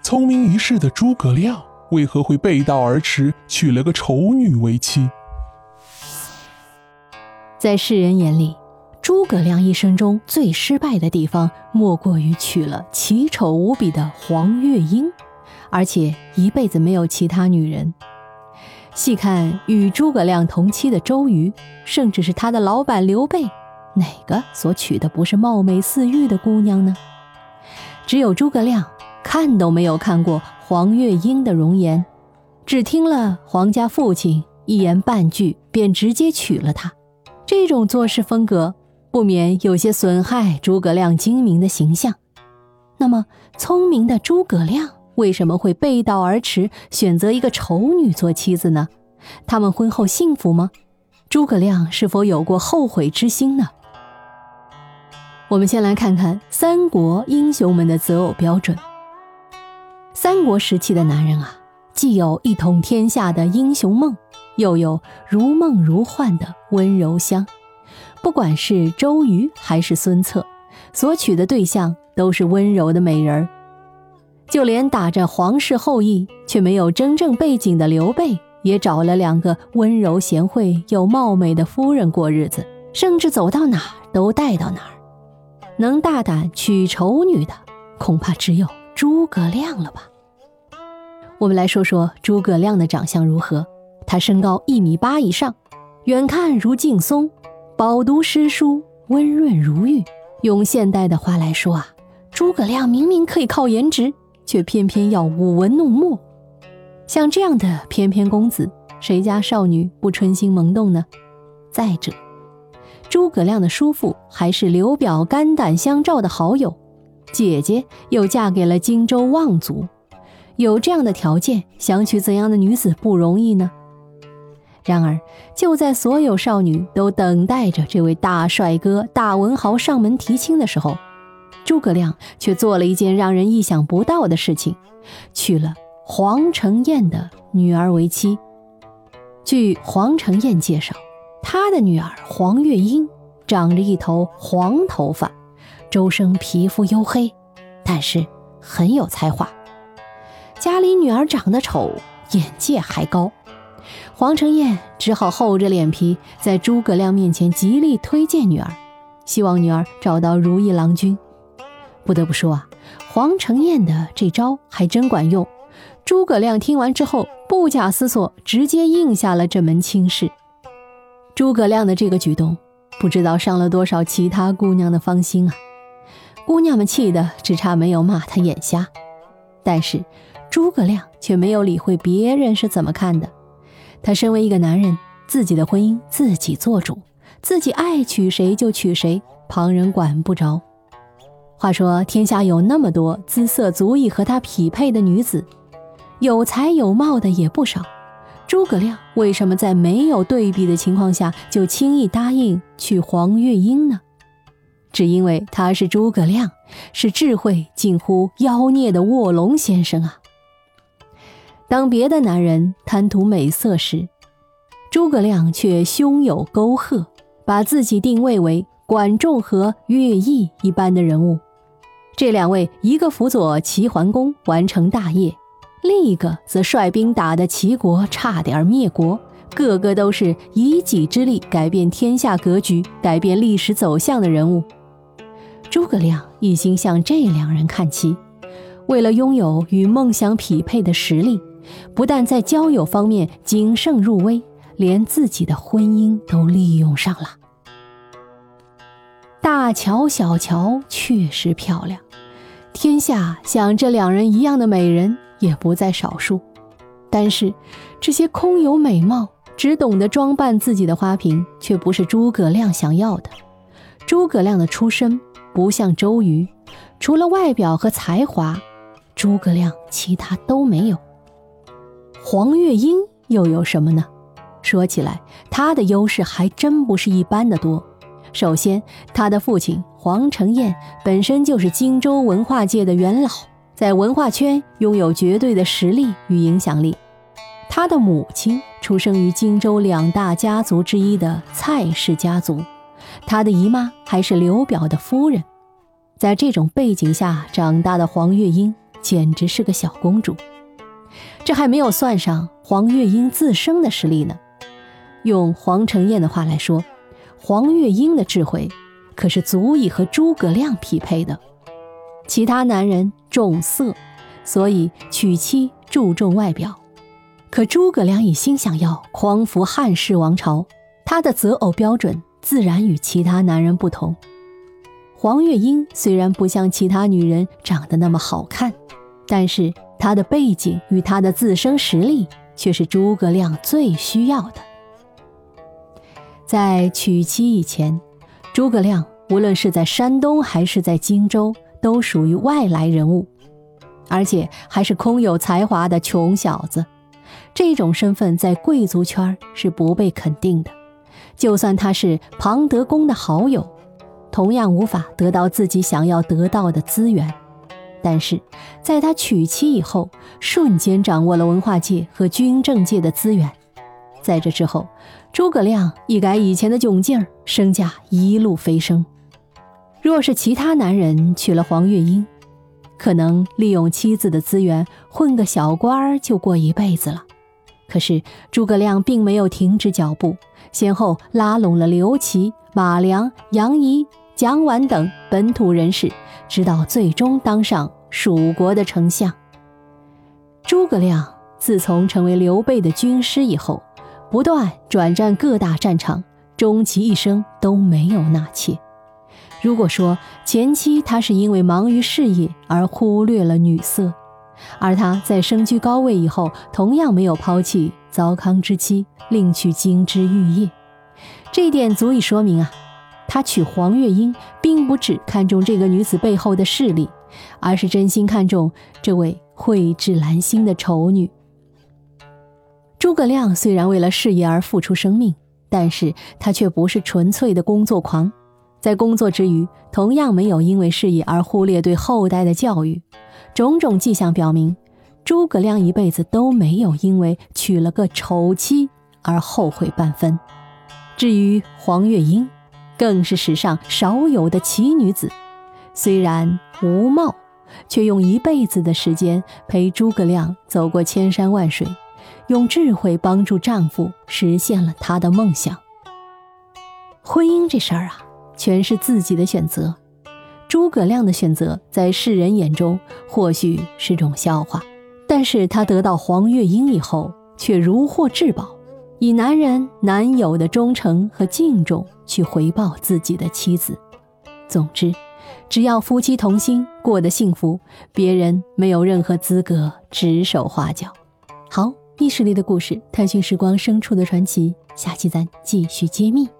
聪明一世的诸葛亮为何会背道而驰，娶了个丑女为妻？ 在世人眼里，诸葛亮一生中最失败的地方，莫过于娶了奇丑无比的黄月英，而且一辈子没有其他女人。细看与诸葛亮同期的周瑜，甚至是他的老板刘备，哪个所娶的不是貌美似玉的姑娘呢？只有诸葛亮看都没有看过黄月英的容颜，只听了黄家父亲一言半句便直接娶了她。这种做事风格不免有些损害诸葛亮精明的形象。那么聪明的诸葛亮为什么会背道而驰，选择一个丑女做妻子呢？他们婚后幸福吗？诸葛亮是否有过后悔之心呢？我们先来看看三国英雄们的择偶标准。三国时期的男人啊，既有一统天下的英雄梦，又有如梦如幻的温柔乡。不管是周瑜还是孙策，所娶的对象都是温柔的美人。就连打着皇室后裔却没有真正背景的刘备，也找了2个温柔贤惠又貌美的夫人过日子，甚至走到哪儿都带到哪儿。能大胆娶丑女的，恐怕只有诸葛亮了吧。我们来说说诸葛亮的长相如何。他身高1.8米以上，远看如劲松，饱读诗书，温润如玉。用现代的话来说啊，诸葛亮明明可以靠颜值，却偏偏要舞文弄墨。像这样的翩翩公子，谁家少女不春心萌动呢？再者，诸葛亮的叔父还是刘表肝胆相照的好友，姐姐又嫁给了荆州望族，有这样的条件，想娶怎样的女子不容易呢？然而，就在所有少女都等待着这位大帅哥、大文豪上门提亲的时候，诸葛亮却做了一件让人意想不到的事情，娶了黄承彦的女儿为妻。据黄承彦介绍，他的女儿黄月英长着一头黄头发，周身皮肤黝黑，但是很有才华。家里女儿长得丑，眼界还高，黄承彦只好厚着脸皮在诸葛亮面前极力推荐女儿，希望女儿找到如意郎君。不得不说啊，黄承彦的这招还真管用。诸葛亮听完之后，不假思索，直接应下了这门亲事。诸葛亮的这个举动，不知道伤了多少其他姑娘的芳心啊！姑娘们气得只差没有骂他眼瞎。但是诸葛亮却没有理会别人是怎么看的。他身为一个男人，自己的婚姻自己做主，自己爱娶谁就娶谁，旁人管不着。话说天下有那么多姿色足以和他匹配的女子，有才有貌的也不少，诸葛亮为什么在没有对比的情况下就轻易答应娶黄月英呢？只因为他是诸葛亮，是智慧近乎妖孽的卧龙先生啊！当别的男人贪图美色时，诸葛亮却胸有沟壑，把自己定位为管仲和乐毅一般的人物。这2位，一个辅佐齐桓公完成大业，另一个则率兵打得齐国差点灭国，个个都是以己之力改变天下格局、改变历史走向的人物。诸葛亮一心向这2人看齐，为了拥有与梦想匹配的实力，不但在交友方面谨慎入微，连自己的婚姻都利用上了。大乔小乔确实漂亮，天下像这2人一样的美人也不在少数，但是这些空有美貌，只懂得装扮自己的花瓶，却不是诸葛亮想要的。诸葛亮的出身不像周瑜，除了外表和才华，诸葛亮其他都没有。黄月英又有什么呢？说起来，他的优势还真不是一般的多。首先，他的父亲黄承彦本身就是荆州文化界的元老，在文化圈拥有绝对的实力与影响力。他的母亲出生于荆州2大家族之一的蔡氏家族，他的姨妈还是刘表的夫人。在这种背景下长大的黄月英， 简直是个小公主。这还没有算上黄月英自身的实力呢。用黄承彦的话来说，黄月英的智慧可是足以和诸葛亮匹配的。其他男人重色，所以娶妻注重外表，可诸葛亮一心想要匡扶汉室王朝，他的择偶标准自然与其他男人不同。黄月英虽然不像其他女人长得那么好看，但是她的背景与她的自身实力却是诸葛亮最需要的。在娶妻以前，诸葛亮无论是在山东还是在荆州，都属于外来人物，而且还是空有才华的穷小子。这种身份在贵族圈是不被肯定的，就算他是庞德公的好友，同样无法得到自己想要得到的资源。但是在他娶妻以后，瞬间掌握了文化界和军政界的资源。在这之后，诸葛亮一改以前的窘境，身价一路飞升。若是其他男人娶了黄月英，可能利用妻子的资源混个小官就过一辈子了。可是诸葛亮并没有停止脚步，先后拉拢了刘琦、马良、杨仪、蒋琬等本土人士，直到最终当上蜀国的丞相。诸葛亮自从成为刘备的军师以后，不断转战各大战场，终其一生都没有纳妾。如果说前期他是因为忙于事业而忽略了女色，而他在身居高位以后，同样没有抛弃糟糠之妻，另娶金枝玉叶。这一点足以说明他娶黄月英并不只看重这个女子背后的势力，而是真心看重这位蕙质兰心的丑女。诸葛亮虽然为了事业而付出生命，但是他却不是纯粹的工作狂，在工作之余同样没有因为事业而忽略对后代的教育。种种迹象表明，诸葛亮一辈子都没有因为娶了个丑妻而后悔半分。至于黄月英，更是史上少有的奇女子，虽然无貌，却用一辈子的时间陪诸葛亮走过千山万水，用智慧帮助丈夫实现了他的梦想。婚姻这事儿全是自己的选择。诸葛亮的选择在世人眼中或许是种笑话，但是他得到黄月英以后却如获至宝，以男人难有的忠诚和敬重去回报自己的妻子。总之，只要夫妻同心，过得幸福，别人没有任何资格指手画脚。好，密室里的故事，探寻时光深处的传奇，下期咱继续揭秘。